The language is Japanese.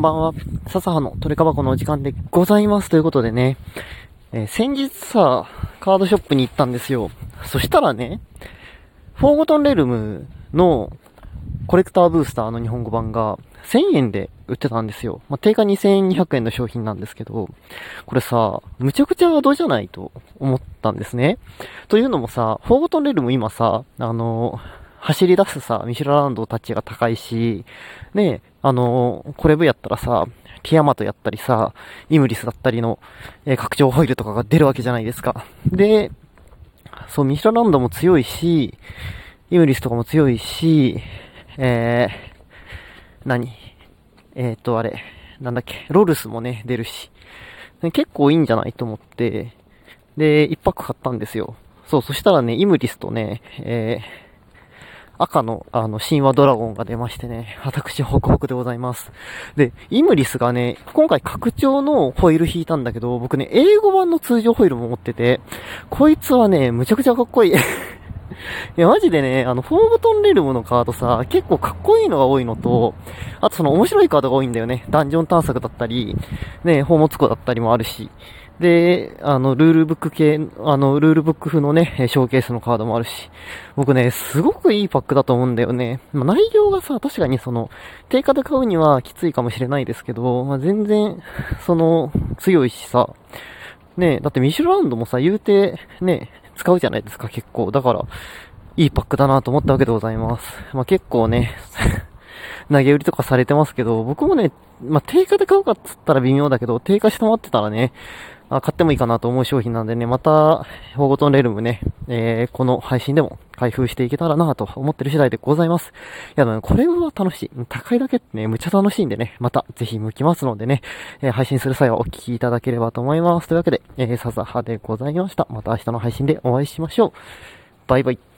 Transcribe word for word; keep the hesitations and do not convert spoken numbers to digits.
ばんは。笹葉のトレカ箱のお時間でございます。ということでね、えー、先日さ、カードショップに行ったんですよ。そしたらね、フォーゴトンレルムのコレクターブースターの日本語版がせんえんで売ってたんですよ。まあ、定価にせんにひゃくえんの商品なんですけど、これさ、むちゃくちゃアドじゃないと思ったんですね。というのもさ、フォーゴトンレルム今さ、あのー、走り出すさ、ミシュラランドたちが高いし、ね、あのー、コレブやったらさ、ティアマトやったりさ、イムリスだったりの、えー、拡張ホイールとかが出るわけじゃないですか。で、そう、ミシュラランドも強いし、イムリスとかも強いし、えー、何えーと、あれ、なんだっけ、ロルスもね、出るし、結構いいんじゃないと思って、で、一泊買ったんですよ。そう、そしたらね、イムリスとね、えー、赤の、あの、神話ドラゴンが出ましてね、私、ホクホクでございます。で、イムリスがね、今回拡張のホイール引いたんだけど、僕ね、英語版の通常ホイールも持ってて、こいつはね、むちゃくちゃかっこいい。いや、マジでね、あの、フォーゴトンレルムのカードさ、結構かっこいいのが多いのと、あとその面白いカードが多いんだよね。ダンジョン探索だったり、ね、宝物庫だったりもあるし。で、あの、ルールブック系、あの、ルールブック風のね、ショーケースのカードもあるし。僕ね、すごくいいパックだと思うんだよね。まあ、内容がさ、確かにその、定価で買うにはきついかもしれないですけど、まあ、全然、その、強いしさ。ね、だってミシュランドもさ、言うて、ね、使うじゃないですか、結構。だから、いいパックだなと思ったわけでございます。まあ、結構ね、投げ売りとかされてますけど、僕もね、まあ、定価で買うかっつったら微妙だけど、定価下回ってたらね、あ、買ってもいいかなと思う商品なんでね、また、フォーゴトンレルムね、えー、この配信でも開封していけたらなと思ってる次第でございます。いや、これは楽しい。高いだけってね、むちゃ楽しいんでね、またぜひ向きますのでね、えー、配信する際はお聞きいただければと思います。というわけで、えー、笹葉でございました。また明日の配信でお会いしましょう。バイバイ。